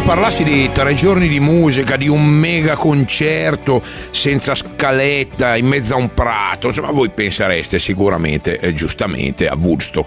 parlassi di 3 giorni di musica, di un mega concerto senza scaletta in mezzo a un prato, insomma voi pensereste sicuramente, giustamente, a Woodstock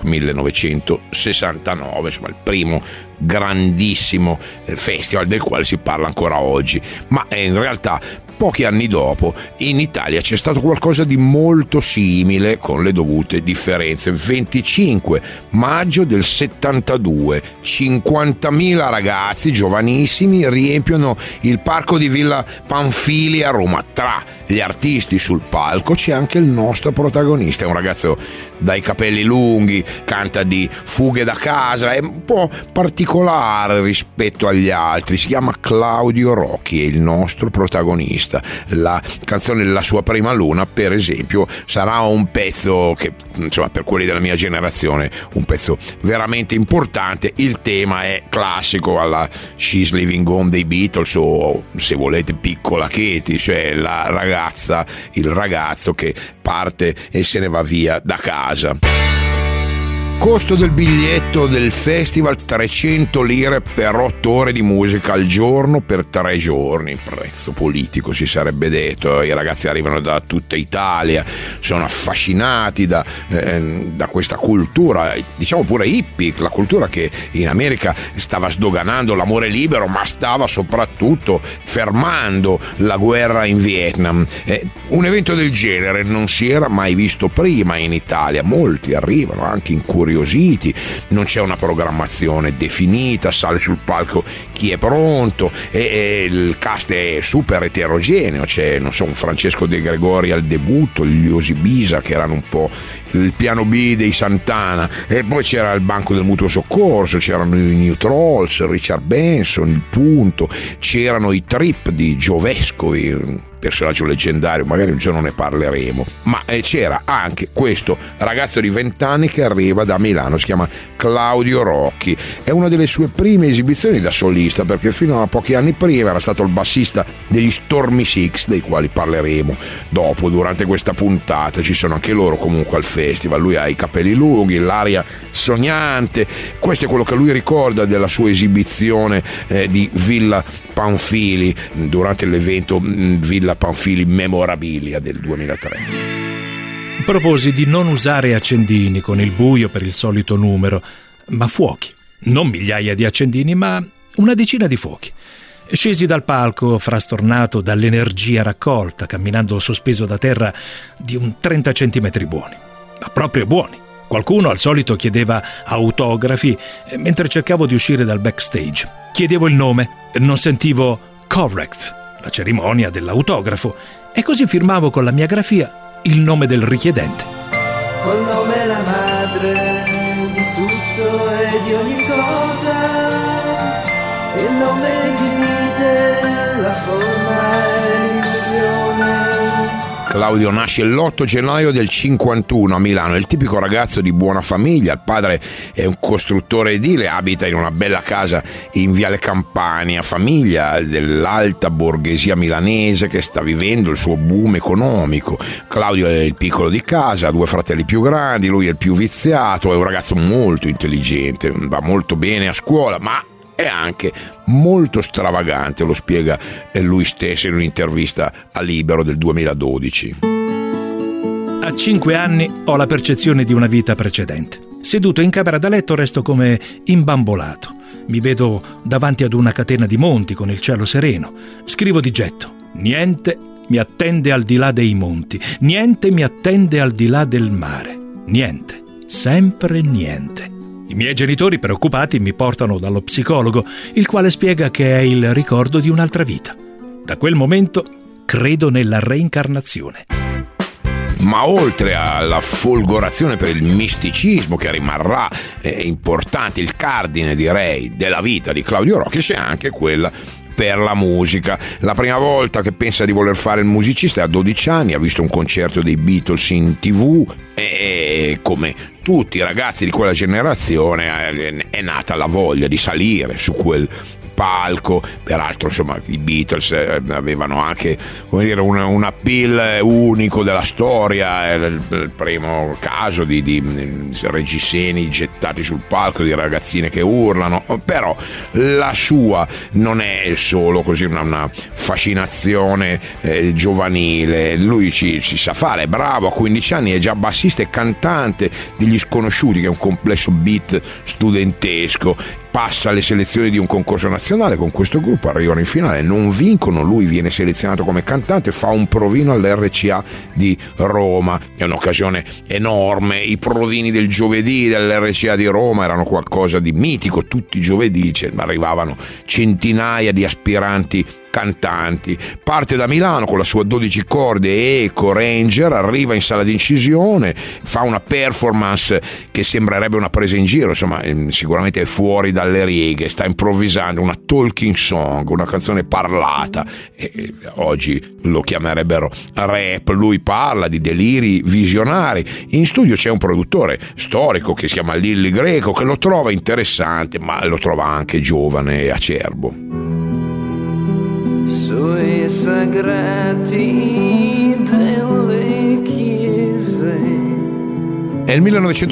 1969, insomma il primo grandissimo festival del quale si parla ancora oggi, ma in realtà pochi anni dopo in Italia c'è stato qualcosa di molto simile con le dovute differenze. 25 maggio del 72, 50.000 ragazzi giovanissimi riempiono il parco di Villa Panfili a Roma. Tra gli artisti sul palco c'è anche il nostro protagonista, è un ragazzo dai capelli lunghi, canta di fughe da casa, è un po' particolare rispetto agli altri, si chiama Claudio Rocchi, è il nostro protagonista. La canzone La sua prima luna, per esempio, sarà un pezzo che, insomma, per quelli della mia generazione, un pezzo veramente importante. Il tema è classico alla She's Living Home dei Beatles, o se volete Piccola Katie, cioè la ragazza, il ragazzo che parte e se ne va via da casa. Costo del biglietto del festival 300 lire per 8 ore di musica al giorno per 3 giorni, prezzo politico si sarebbe detto. I ragazzi arrivano da tutta Italia, sono affascinati da questa cultura, diciamo pure hippie, la cultura che in America stava sdoganando l'amore libero, ma stava soprattutto fermando la guerra in Vietnam. Un evento del genere non si era mai visto prima in Italia, molti arrivano anche incuriositi, non c'è una programmazione definita, sale sul palco chi è pronto e il cast è super eterogeneo, c'è, non so, un Francesco De Gregori al debutto, gli Osibisa che erano un po' il piano B dei Santana, e poi c'era il Banco del Mutuo Soccorso, c'erano i New Trolls, Richard Benson, il Punto, c'erano i Trip di Joe Vescovi, personaggio leggendario, magari un giorno ne parleremo, ma c'era anche questo ragazzo di 20 anni che arriva da Milano, si chiama Claudio Rocchi, è una delle sue prime esibizioni da solista, perché fino a pochi anni prima era stato il bassista degli Stormy Six, dei quali parleremo dopo durante questa puntata. Ci sono anche loro comunque al festival, lui ha i capelli lunghi, l'aria sognante, questo è quello che lui ricorda della sua esibizione di Villa Panfili durante l'evento Villa Panfili Memorabilia del 2003. Proposi di non usare accendini con il buio per il solito numero, ma fuochi, non migliaia di accendini, ma una decina di fuochi. Scesi dal palco frastornato dall'energia raccolta, camminando sospeso da terra di un 30 centimetri buoni, ma proprio buoni. Qualcuno al solito chiedeva autografi mentre cercavo di uscire dal backstage. Chiedevo il nome, non sentivo correct, la cerimonia dell'autografo, e così firmavo con la mia grafia il nome del richiedente. Col nome la madre di tutto e di ogni cosa, il nome divide la forma e l'illusione. Claudio nasce l'8 gennaio del 51 a Milano, è il tipico ragazzo di buona famiglia, il padre è un costruttore edile, abita in una bella casa in Viale Campania, famiglia dell'alta borghesia milanese che sta vivendo il suo boom economico. Claudio è il piccolo di casa, ha 2 fratelli più grandi, lui è il più viziato, è un ragazzo molto intelligente, va molto bene a scuola, ma è anche molto stravagante, lo spiega lui stesso in un'intervista a Libero del 2012. A 5 anni ho la percezione di una vita precedente. Seduto in camera da letto resto come imbambolato. Mi vedo davanti ad una catena di monti con il cielo sereno. Scrivo di getto: niente mi attende al di là dei monti, niente mi attende al di là del mare, niente, sempre niente. I miei genitori, preoccupati, mi portano dallo psicologo, il quale spiega che è il ricordo di un'altra vita. Da quel momento credo nella reincarnazione. Ma oltre alla folgorazione per il misticismo, che rimarrà importante, il cardine direi della vita di Claudio Rocchi, c'è anche quella per la musica. La prima volta che pensa di voler fare il musicista è a 12 anni, ha visto un concerto dei Beatles in TV e come tutti i ragazzi di quella generazione è nata la voglia di salire su quel palco. Peraltro, insomma, i Beatles avevano anche, come dire, un appeal unico della storia. Il primo caso di reggiseni gettati sul palco, di ragazzine che urlano. Però la sua non è solo così una fascinazione giovanile. Lui ci sa fare, è bravo, a 15 anni è già bassista e cantante degli Sconosciuti, che è un complesso beat studentesco. Passa alle selezioni di un concorso nazionale con questo gruppo, arrivano in finale, non vincono, lui viene selezionato come cantante, fa un provino all'RCA di Roma. È un'occasione enorme, i provini del giovedì dell'RCA di Roma erano qualcosa di mitico, tutti i giovedì arrivavano centinaia di aspiranti cantanti. Parte da Milano con la sua 12 corde Eco Ranger, arriva in sala d'incisione, fa una performance che sembrerebbe una presa in giro, insomma sicuramente è fuori dalle righe, sta improvvisando una talking song, una canzone parlata, oggi lo chiamerebbero rap. Lui parla di deliri visionari. In studio c'è un produttore storico che si chiama Lilli Greco, che lo trova interessante, ma lo trova anche giovane e acerbo. Sui sagrati delle chiese. È il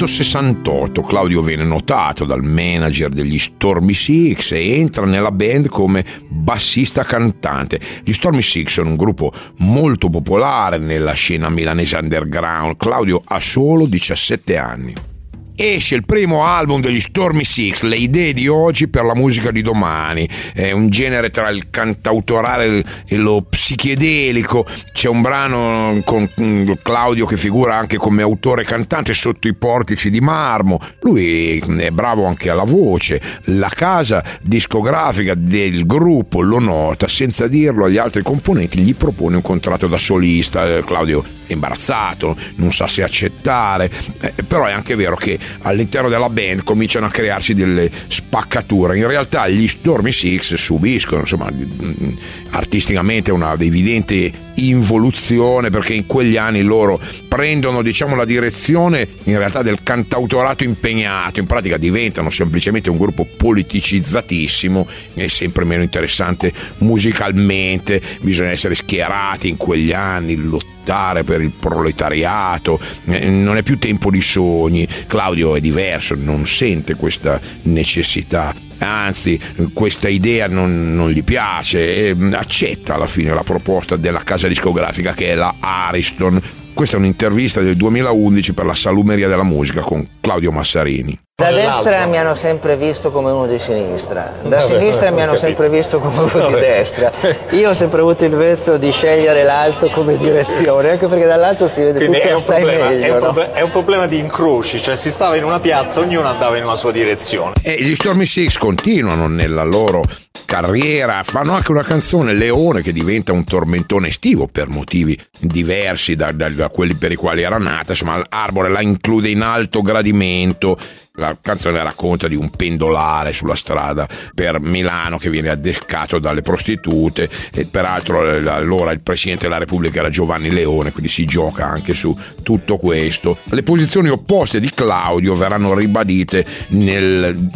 1968, Claudio viene notato dal manager degli Stormy Six e entra nella band come bassista cantante. Gli Stormy Six sono un gruppo molto popolare nella scena milanese underground. Claudio ha solo 17 anni. Esce il primo album degli Stormy Six, Le idee di oggi per la musica di domani. È un genere tra il cantautorale e lo psichedelico. C'è un brano con Claudio che figura anche come autore e cantante, Sotto i portici di marmo. Lui è bravo anche alla voce. La casa discografica del gruppo lo nota, senza dirlo agli altri componenti gli propone un contratto da solista. Claudio è imbarazzato, non sa se accettare, però è anche vero che all'interno della band cominciano a crearsi delle spaccature. In realtà gli Stormy Six subiscono, insomma, artisticamente una evidente involuzione, perché in quegli anni loro prendono, diciamo, la direzione in realtà del cantautorato impegnato. In pratica diventano semplicemente un gruppo politicizzatissimo e sempre meno interessante musicalmente. Bisogna essere schierati in quegli anni, lottare per il proletariato, non è più tempo di sogni. Claudio è diverso, non sente questa necessità, anzi questa idea non gli piace e accetta alla fine la proposta della casa discografica, che è la Ariston. Questa è un'intervista del 2011 per la Salumeria della Musica con Claudio Massarini. Da destra mi hanno sempre visto come uno di sinistra, da sinistra mi hanno sempre visto come uno di destra. Io ho sempre avuto il vezzo di scegliere l'alto come direzione, anche perché dall'alto si vede tutto assai meglio. È un problema di incroci, cioè si stava in una piazza, ognuno andava in una sua direzione. E gli Stormy Six continuano nella loro carriera, fanno anche una canzone, Leone, che diventa un tormentone estivo per motivi diversi da quelli per i quali era nata. Insomma, Arbore la include in alto gradimento. La canzone racconta di un pendolare sulla strada per Milano che viene addescato dalle prostitute, e peraltro allora il presidente della Repubblica era Giovanni Leone, quindi si gioca anche su tutto questo. Le posizioni opposte di Claudio verranno ribadite nel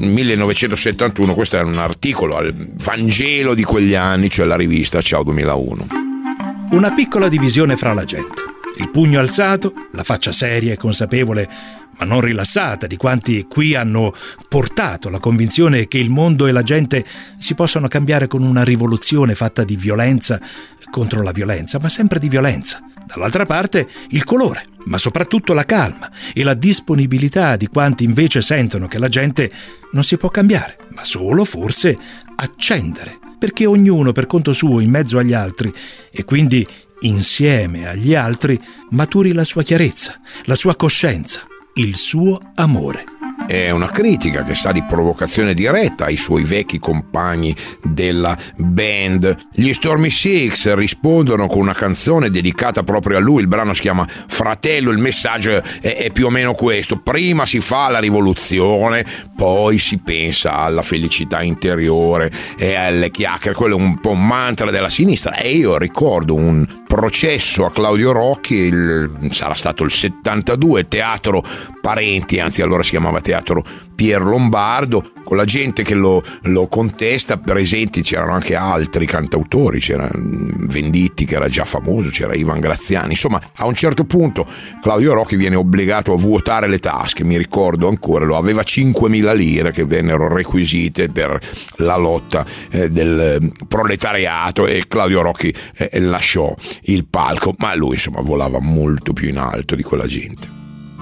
1971. Questo è un articolo al Vangelo di quegli anni, cioè la rivista Ciao 2001. Una piccola divisione fra la gente. Il pugno alzato, la faccia seria e consapevole, ma non rilassata, di quanti qui hanno portato la convinzione che il mondo e la gente si possono cambiare con una rivoluzione fatta di violenza contro la violenza, ma sempre di violenza. Dall'altra parte il colore, ma soprattutto la calma e la disponibilità di quanti invece sentono che la gente non si può cambiare, ma solo forse accendere, perché ognuno per conto suo in mezzo agli altri e quindi insieme agli altri maturi la sua chiarezza, la sua coscienza, il suo amore. È una critica che sa di provocazione diretta ai suoi vecchi compagni della band. Gli Stormy Six rispondono con una canzone dedicata proprio a lui. Il brano si chiama Fratello. Il messaggio è più o meno questo: prima si fa la rivoluzione, poi si pensa alla felicità interiore e alle chiacchiere. Quello è un po' un mantra della sinistra. E io ricordo un processo a Claudio Rocchi, sarà stato il 72, Teatro Parenti, anzi allora si chiamava Teatro teatro Pier Lombardo, con la gente che lo contesta. Presenti c'erano anche altri cantautori, c'era Venditti che era già famoso, c'era Ivan Graziani. Insomma, a un certo punto Claudio Rocchi viene obbligato a vuotare le tasche, mi ricordo ancora, lo aveva 5.000 lire che vennero requisite per la lotta del proletariato, e Claudio Rocchi lasciò il palco, ma lui insomma volava molto più in alto di quella gente.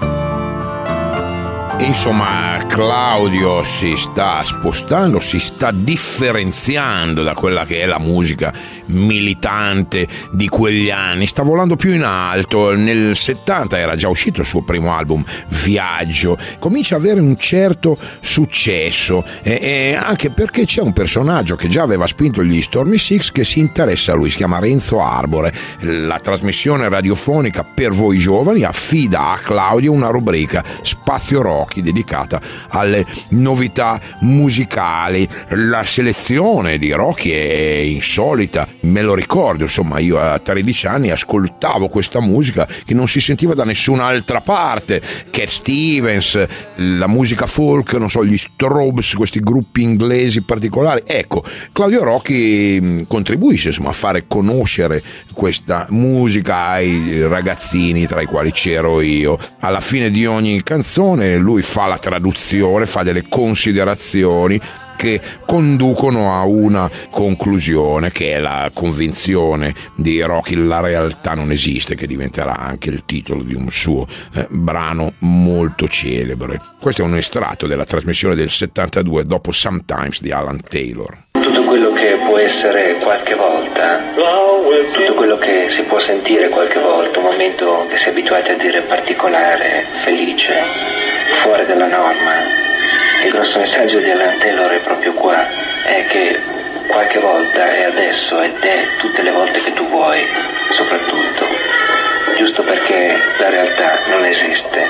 E insomma Claudio si sta spostando, si sta differenziando da quella che è la musica militante di quegli anni, sta volando più in alto. Nel 70 era già uscito il suo primo album Viaggio, comincia ad avere un certo successo, e anche perché c'è un personaggio che già aveva spinto gli Stormy Six che si interessa a lui, si chiama Renzo Arbore. La trasmissione radiofonica Per Voi Giovani affida a Claudio una rubrica Spazio Rock dedicata alle novità musicali. La selezione di Rocchi è insolita, me lo ricordo, insomma io a 13 anni ascoltavo questa musica che non si sentiva da nessun'altra parte, Cat Stevens, la musica folk, non so, gli Strobes, questi gruppi inglesi particolari. Ecco, Claudio Rocchi contribuisce insomma a fare conoscere questa musica ai ragazzini, tra i quali c'ero io. Alla fine di ogni canzone lui fa la traduzione, fa delle considerazioni che conducono a una conclusione, che è la convinzione di Rocchi: la realtà non esiste, che diventerà anche il titolo di un suo brano molto celebre. Questo è un estratto della trasmissione del 72 dopo Sometimes di Alan Taylor. Tutto quello che può essere qualche volta, tutto quello che si può sentire qualche volta, un momento che si è abituati a dire particolare, felice, fuori dalla norma. Il grosso messaggio di Alan Taylor è proprio qua, è che qualche volta è adesso ed è tutte le volte che tu vuoi, soprattutto, giusto perché la realtà non esiste.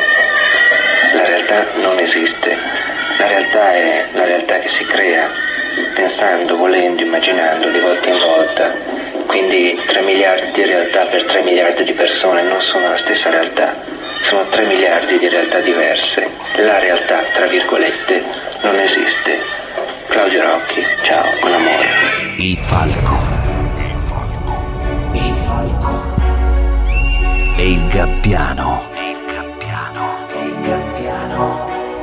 La realtà non esiste. La realtà è la realtà che si crea, pensando, volendo, immaginando di volta in volta. Quindi 3 miliardi di realtà per 3 miliardi di persone non sono la stessa realtà. Sono 3 miliardi di realtà diverse. La realtà, tra virgolette, non esiste. Claudio Rocchi, ciao, con amore. Il falco. Il falco. Il falco. E il gabbiano. E il gabbiano. E il gabbiano.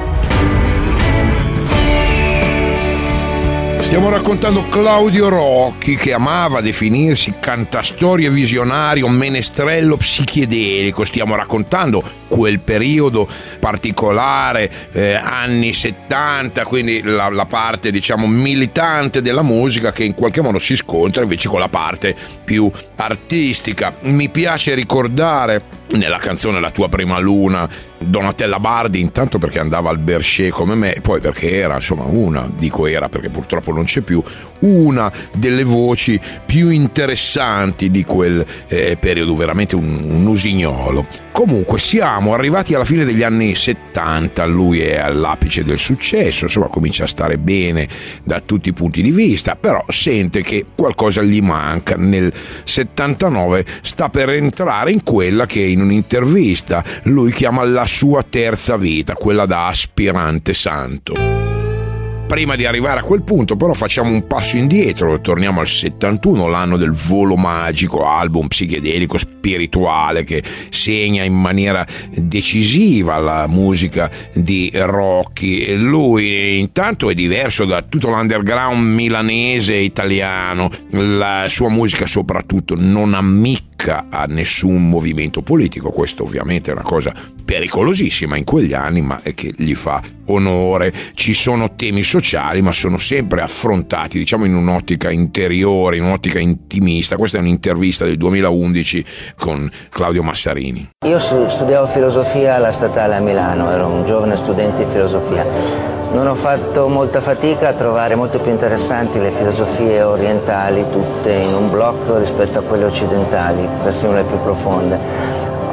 Stiamo raccontando Claudio Rocchi, che amava definirsi cantastorie visionario, menestrello psichedelico. Stiamo raccontando quel periodo particolare, anni 70, quindi la parte diciamo militante della musica, che in qualche modo si scontra invece con la parte più artistica. Mi piace ricordare nella canzone La tua prima luna Donatella Bardi, intanto perché andava al Berchet come me, e poi perché era insomma una, dico era perché purtroppo non c'è più, una delle voci più interessanti di quel periodo, veramente un usignolo. Comunque siamo arrivati alla fine degli anni 70, lui è all'apice del successo, insomma comincia a stare bene da tutti i punti di vista, però sente che qualcosa gli manca. Nel 79 sta per entrare in quella che in un'intervista lui chiama la sua terza vita, quella da aspirante santo. Prima di arrivare a quel punto però facciamo un passo indietro, torniamo al 71, l'anno del Volo Magico, album psichedelico spirituale che segna in maniera decisiva la musica di Rocchi. Lui intanto è diverso da tutto l'underground milanese e italiano, la sua musica soprattutto non ammicca a nessun movimento politico, questo ovviamente è una cosa pericolosissima in quegli anni, ma è che gli fa onore. Ci sono temi sociali, ma sono sempre affrontati diciamo in un'ottica interiore, in un'ottica intimista. Questa è un'intervista del 2011 con Claudio Massarini. Io studiavo filosofia alla Statale a Milano, ero un giovane studente di filosofia. Non ho fatto molta fatica a trovare molto più interessanti le filosofie orientali, tutte in un blocco rispetto a quelle occidentali, persino le più profonde.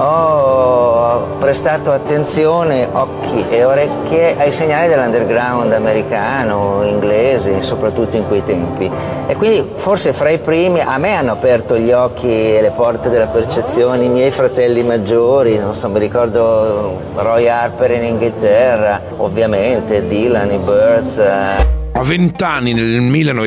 ho prestato attenzione, occhi e orecchie ai segnali dell'underground americano, inglese, soprattutto in quei tempi. E quindi forse fra i primi a me hanno aperto gli occhi e le porte della percezione i miei fratelli maggiori, non so, mi ricordo Roy Harper in Inghilterra, ovviamente Dylan, i Byrds. A 20 anni, nel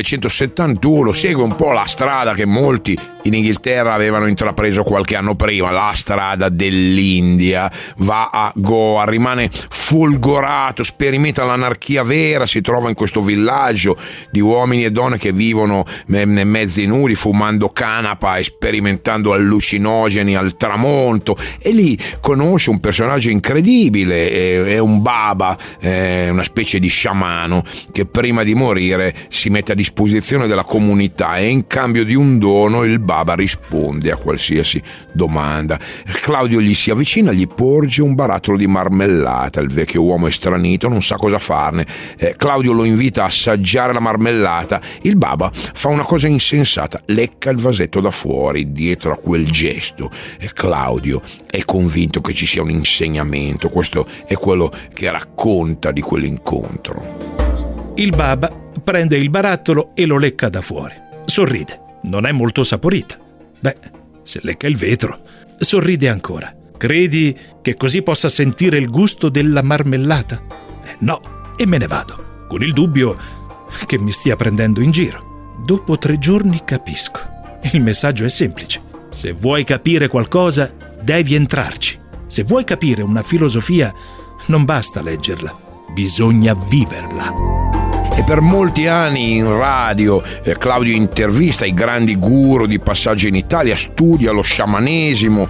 1971, segue un po' la strada che molti in Inghilterra avevano intrapreso qualche anno prima, la strada dell'India. Va a Goa, rimane folgorato, sperimenta l'anarchia vera, si trova in questo villaggio di uomini e donne che vivono mezzi nudi, fumando canapa e sperimentando allucinogeni al tramonto, e lì conosce un personaggio incredibile, è un baba, una specie di sciamano che prima di morire si mette a disposizione della comunità e in cambio di un dono il baba risponde a qualsiasi domanda. Claudio gli si avvicina, gli porge un barattolo di marmellata. Il vecchio uomo è stranito, non sa cosa farne. Claudio lo invita a assaggiare la marmellata. Il baba fa una cosa insensata, lecca il vasetto da fuori. Dietro a quel gesto Claudio è convinto che ci sia un insegnamento. Questo è quello che racconta di quell'incontro. Il baba prende il barattolo e lo lecca da fuori. Sorride. Non è molto saporita. Beh, se lecca il vetro, sorride ancora. Credi che così possa sentire il gusto della marmellata? No, e me ne vado, con il dubbio che mi stia prendendo in giro. Dopo 3 giorni capisco. Il messaggio è semplice. Se vuoi capire qualcosa, devi entrarci. Se vuoi capire una filosofia, non basta leggerla, bisogna viverla. E per molti anni in radio Claudio intervista i grandi guru di passaggio in Italia, studia lo sciamanesimo,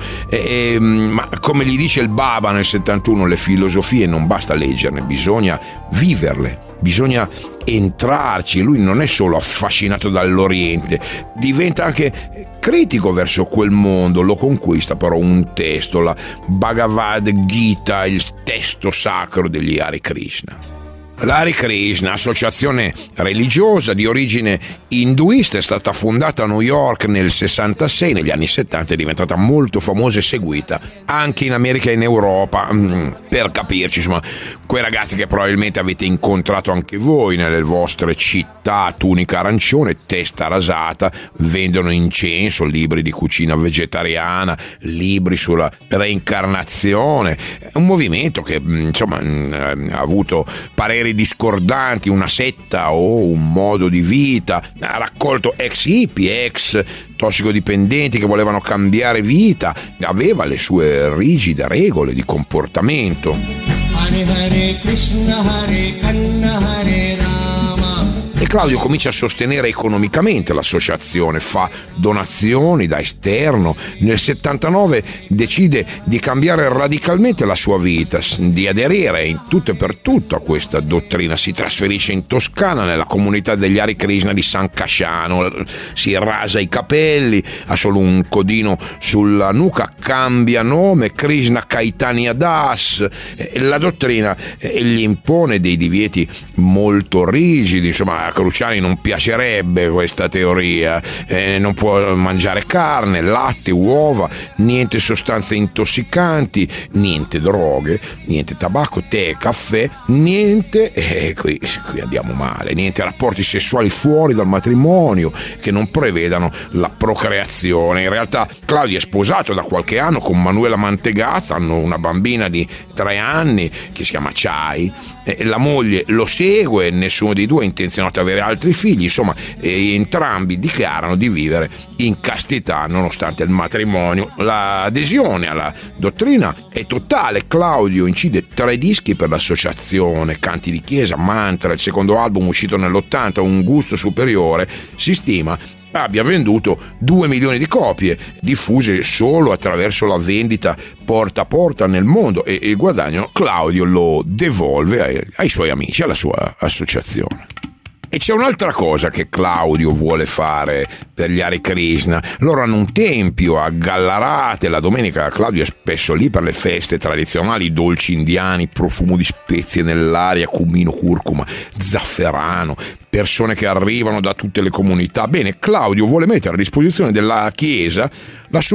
ma come gli dice il baba nel 71, le filosofie non basta leggerne, bisogna viverle, bisogna entrarci. Lui non è solo affascinato dall'Oriente, diventa anche critico verso quel mondo, lo conquista però un testo, la Bhagavad Gita, il testo sacro degli Hare Krishna. L'Hare Krishna, associazione religiosa di origine induista, è stata fondata a New York nel 66, negli anni 70 è diventata molto famosa e seguita anche in America e in Europa. Per capirci, insomma, quei ragazzi che probabilmente avete incontrato anche voi nelle vostre città, tunica arancione, testa rasata, vendono incenso, libri di cucina vegetariana, libri sulla reincarnazione. È un movimento che insomma ha avuto pareri discordanti, una setta o un modo di vita. Ha raccolto ex hippie, ex tossicodipendenti che volevano cambiare vita, aveva le sue rigide regole di comportamento. Hare Hare Krishna Hare Kanna Hare Rama. E Claudio comincia a sostenere economicamente l'associazione, fa donazioni da esterno. Nel 79 decide di cambiare radicalmente la sua vita, di aderire in tutto e per tutto a questa dottrina. Si trasferisce in Toscana, nella comunità degli Hare Krishna di San Casciano, si rasa i capelli, ha solo un codino sulla nuca, cambia nome, Krishna Caitanya Das. La dottrina gli impone dei divieti molto rigidi, insomma a Cruciani non piacerebbe questa teoria, non può mangiare carne, latte, uova, niente sostanze intossicanti, niente droghe, niente tabacco, tè, caffè, niente, qui andiamo male, niente rapporti sessuali fuori dal matrimonio che non prevedano la procreazione. In realtà Claudio è sposato da qualche anno con Manuela Mantegazza, hanno una bambina di 3 anni che si chiama Chai, la moglie lo segue, nessuno dei due è intenzionato ad avere altri figli, insomma entrambi dichiarano di vivere in castità nonostante il matrimonio. L'adesione alla dottrina è totale. Claudio incide 3 dischi per l'associazione, canti di chiesa, mantra, il secondo album uscito nell'80, Un gusto superiore, si stima abbia venduto 2 milioni di copie, diffuse solo attraverso la vendita porta a porta nel mondo, e il guadagno Claudio lo devolve ai suoi amici, alla sua associazione. E c'è un'altra cosa che Claudio vuole fare per gli Hare Krishna. Loro hanno un tempio a Gallarate, la domenica Claudio è spesso lì per le feste tradizionali, dolci indiani, profumo di spezie nell'aria, cumino, curcuma, zafferano, persone che arrivano da tutte le comunità. Bene, Claudio vuole mettere a disposizione della Chiesa la sua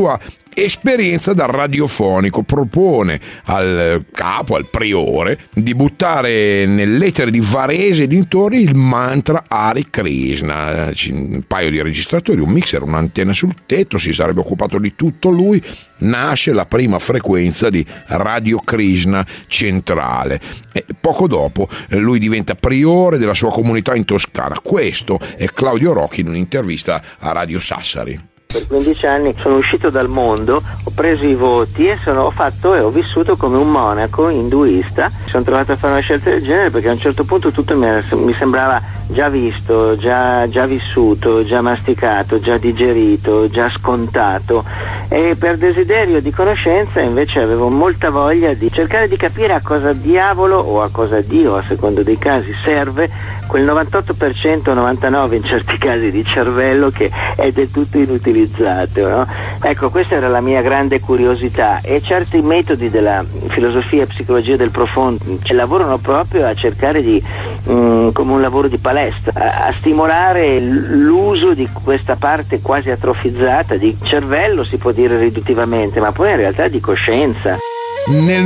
esperienza da radiofonico. Propone al capo, al priore, di buttare nell'etere di Varese e dintorni il mantra Hare Krishna. Un paio di registratori, un mixer, un'antenna sul tetto, si sarebbe occupato di tutto lui. Nasce la prima frequenza di Radio Krishna centrale e poco dopo lui diventa priore della sua comunità in Toscana. Questo è Claudio Rocchi in un'intervista a Radio Sassari. Per 15 anni sono uscito dal mondo, ho preso i voti e ho vissuto come un monaco induista. Mi sono trovato a fare una scelta del genere perché a un certo punto tutto mi sembrava già visto, già vissuto, già masticato, già digerito, già scontato, e per desiderio di conoscenza invece avevo molta voglia di cercare di capire a cosa diavolo o a cosa Dio, a secondo dei casi, serve quel 98%, 99% in certi casi di cervello che è del tutto inutilizzato, no? Ecco, questa era la mia grande curiosità, e certi metodi della filosofia e psicologia del profondo lavorano proprio a cercare di, come un lavoro di palestra, a stimolare l'uso di questa parte quasi atrofizzata di cervello, si può dire riduttivamente, ma poi in realtà di coscienza. Nel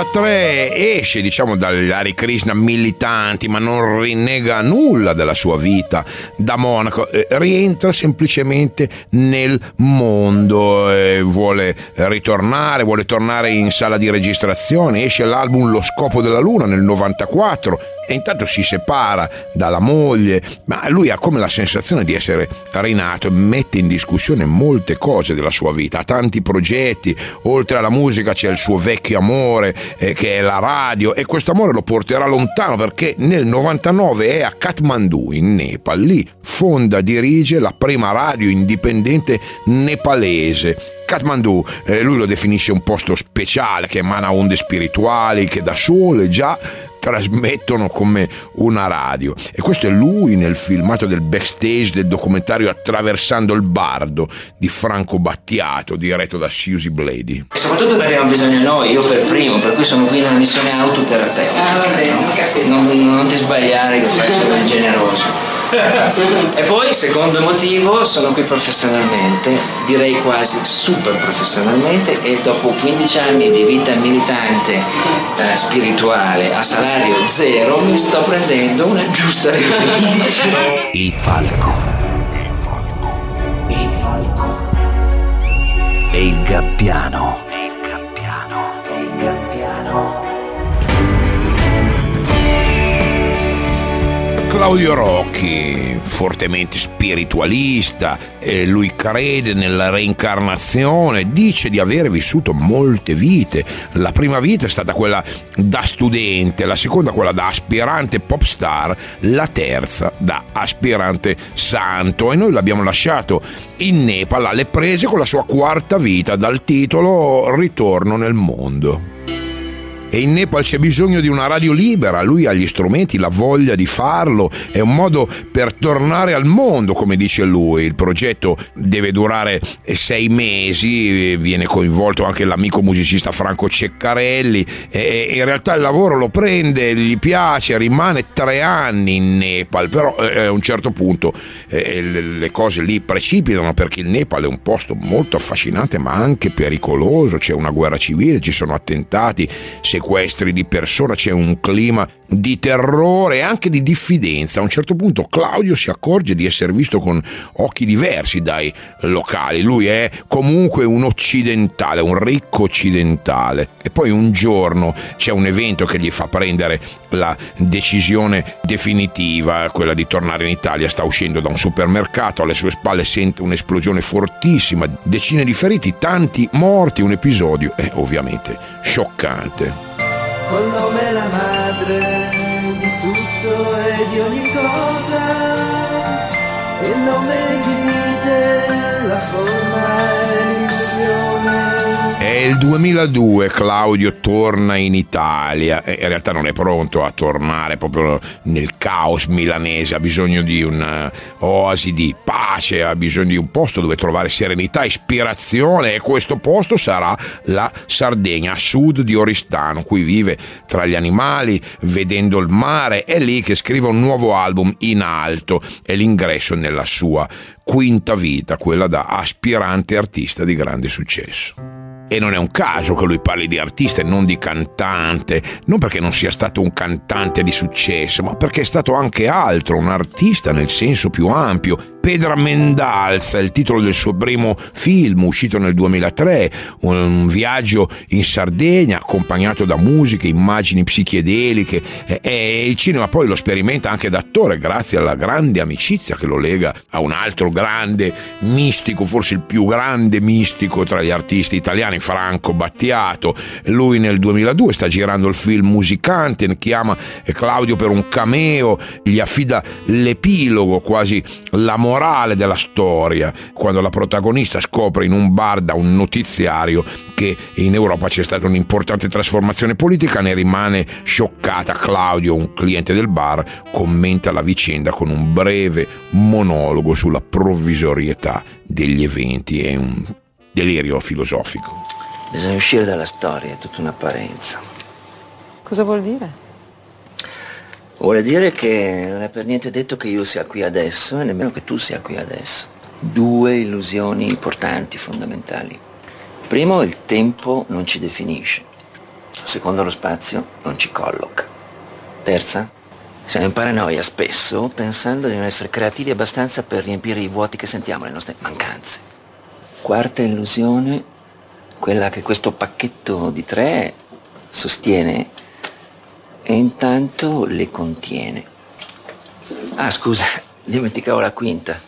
93 esce, dagli Hare Krishna militanti, ma non rinnega nulla della sua vita da monaco, rientra semplicemente nel mondo, vuole tornare in sala di registrazione, esce l'album Lo scopo della luna nel 94 e intanto si separa dalla moglie, ma lui ha come la sensazione di essere rinato e mette in discussione molte cose della sua vita, ha tanti progetti, oltre alla musica c'è il suo vecchio amore che è la radio, e questo amore lo porterà lontano perché nel 99 è a Kathmandu in Nepal, lì dirige la prima radio indipendente nepalese. Kathmandu, lui lo definisce un posto speciale che emana onde spirituali che da sole già trasmettono come una radio, e questo è lui nel filmato del backstage del documentario Attraversando il Bardo di Franco Battiato, diretto da Susie Blady. E soprattutto perché abbiamo bisogno noi, io per primo, per cui sono qui in una missione autoterapeutica. Non ti sbagliare, che faccio il generoso. E poi, secondo motivo, sono qui professionalmente, direi quasi super professionalmente, e dopo 15 anni di vita militante spirituale a salario zero mi sto prendendo una giusta rivendica. Il falco e il gabbiano. Claudio Rocchi, fortemente spiritualista, lui crede nella reincarnazione, dice di aver vissuto molte vite. La prima vita è stata quella da studente, la seconda quella da aspirante pop star, la terza da aspirante santo, e noi l'abbiamo lasciato in Nepal alle prese con la sua quarta vita dal titolo Ritorno nel mondo. E in Nepal c'è bisogno di una radio libera, lui ha gli strumenti, la voglia di farlo, è un modo per tornare al mondo, come dice lui. Il progetto deve durare 6 mesi, viene coinvolto anche l'amico musicista Franco Ceccarelli, e in realtà il lavoro lo prende, gli piace, rimane 3 anni in Nepal, però a un certo punto le cose lì precipitano, perché il Nepal è un posto molto affascinante ma anche pericoloso, c'è una guerra civile, ci sono attentati, sequestri di persona, c'è un clima di terrore e anche di diffidenza. A un certo punto Claudio si accorge di essere visto con occhi diversi dai locali, lui è comunque un occidentale, un ricco occidentale, e poi un giorno c'è un evento che gli fa prendere la decisione definitiva, quella di tornare in Italia. Sta uscendo da un supermercato, alle sue spalle sente un'esplosione fortissima, decine di feriti, tanti morti, un episodio ovviamente scioccante. Col nome la madre di tutto e di ogni cosa, il nome divide la forma e l'illusione. È il 2002, Claudio torna in Italia e in realtà non è pronto a tornare proprio nel caos milanese, ha bisogno di un'oasi di pace, ha bisogno di un posto dove trovare serenità, ispirazione, e questo posto sarà la Sardegna, a sud di Oristano. Qui vive tra gli animali, vedendo il mare. È lì che scrive un nuovo album, In Alto, è l'ingresso nella sua quinta vita, quella da aspirante artista di grande successo. E non è un caso che lui parli di artista e non di cantante, non perché non sia stato un cantante di successo, ma perché è stato anche altro, un artista nel senso più ampio. Pedra Mendalza è il titolo del suo primo film, uscito nel 2003, un viaggio in Sardegna accompagnato da musiche, immagini psichedeliche, e il cinema poi lo sperimenta anche da attore grazie alla grande amicizia che lo lega a un altro grande mistico, forse il più grande mistico tra gli artisti italiani, Franco Battiato. Lui nel 2002 sta girando il film Musicante, ne chiama Claudio per un cameo, gli affida l'epilogo, quasi la morale della storia, quando la protagonista scopre in un bar da un notiziario che in Europa c'è stata un'importante trasformazione politica, ne rimane scioccata. Claudio, un cliente del bar, commenta la vicenda con un breve monologo sulla provvisorietà degli eventi. È un delirio filosofico. Bisogna uscire dalla storia, è tutta un'apparenza. Cosa vuol dire? Vuole dire che non è per niente detto che io sia qui adesso e nemmeno che tu sia qui adesso. Due illusioni importanti, fondamentali. Primo, il tempo non ci definisce. Secondo, lo spazio non ci colloca. Terza, siamo in paranoia spesso pensando di non essere creativi abbastanza per riempire i vuoti che sentiamo, le nostre mancanze. Quarta illusione, quella che questo pacchetto di tre sostiene e intanto le contiene. Ah, scusa, dimenticavo la quinta.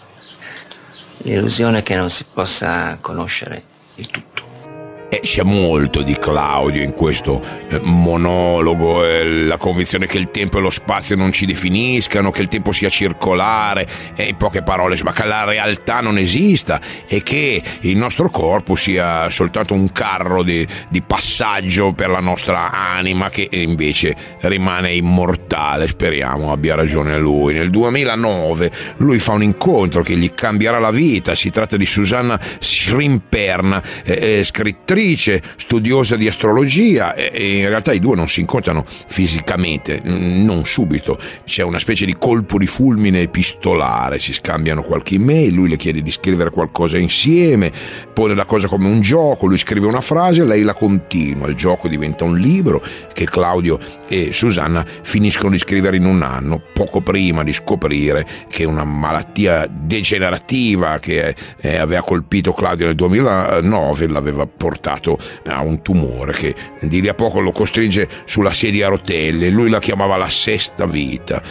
L'illusione che non si possa conoscere il tutto. C'è molto di Claudio in questo monologo, la convinzione che il tempo e lo spazio non ci definiscano, che il tempo sia circolare, in poche parole, ma che la realtà non esista e che il nostro corpo sia soltanto un carro di passaggio per la nostra anima, che invece rimane immortale. Speriamo abbia ragione lui. Nel 2009 lui fa un incontro che gli cambierà la vita. Si tratta di Susanna Schrimperna, scrittrice, studiosa di astrologia, e in realtà i due non si incontrano fisicamente, non subito. C'è una specie di colpo di fulmine epistolare, si scambiano qualche email, lui le chiede di scrivere qualcosa insieme, pone la cosa come un gioco, lui scrive una frase, lei la continua, il gioco diventa un libro che Claudio e Susanna finiscono di scrivere in un anno, poco prima di scoprire che una malattia degenerativa che aveva colpito Claudio nel 2009 l'aveva portato a un tumore che di lì a poco lo costringe sulla sedia a rotelle. Lui la chiamava la sesta vita.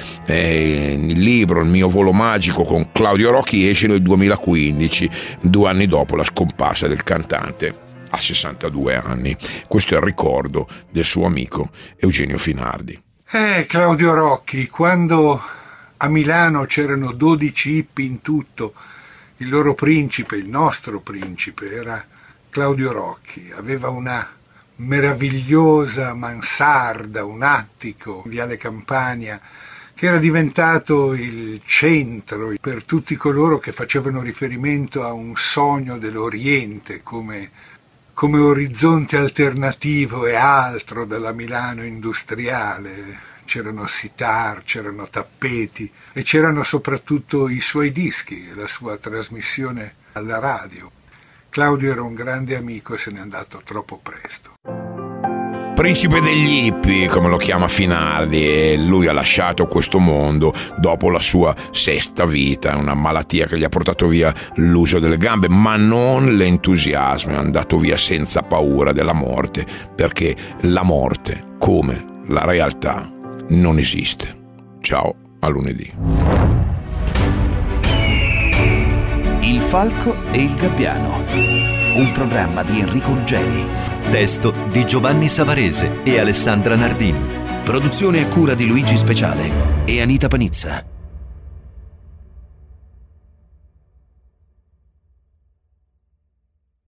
Il libro, Il mio volo magico, con Claudio Rocchi, esce nel 2015, 2 anni dopo la scomparsa del cantante a 62 anni. Questo è il ricordo del suo amico Eugenio Finardi. Claudio Rocchi, quando a Milano c'erano 12 hippie in tutto, il loro principe, il nostro principe, era Claudio Rocchi. Aveva una meravigliosa mansarda, un attico, Viale Campania, che era diventato il centro per tutti coloro che facevano riferimento a un sogno dell'Oriente come orizzonte alternativo e altro dalla Milano industriale. C'erano sitar, c'erano tappeti e c'erano soprattutto i suoi dischi e la sua trasmissione alla radio. Claudio era un grande amico e se n'è andato troppo presto. Principe degli hippie, come lo chiama Finardi, e lui ha lasciato questo mondo dopo la sua sesta vita, una malattia che gli ha portato via l'uso delle gambe, ma non l'entusiasmo. È andato via senza paura della morte, perché la morte, come la realtà, non esiste. Ciao, a lunedì. Il Falco e il Gabbiano, un programma di Enrico Ruggeri, testo di Giovanni Savarese e Alessandra Nardini, produzione a cura di Luigi Speciale e Anita Panizza.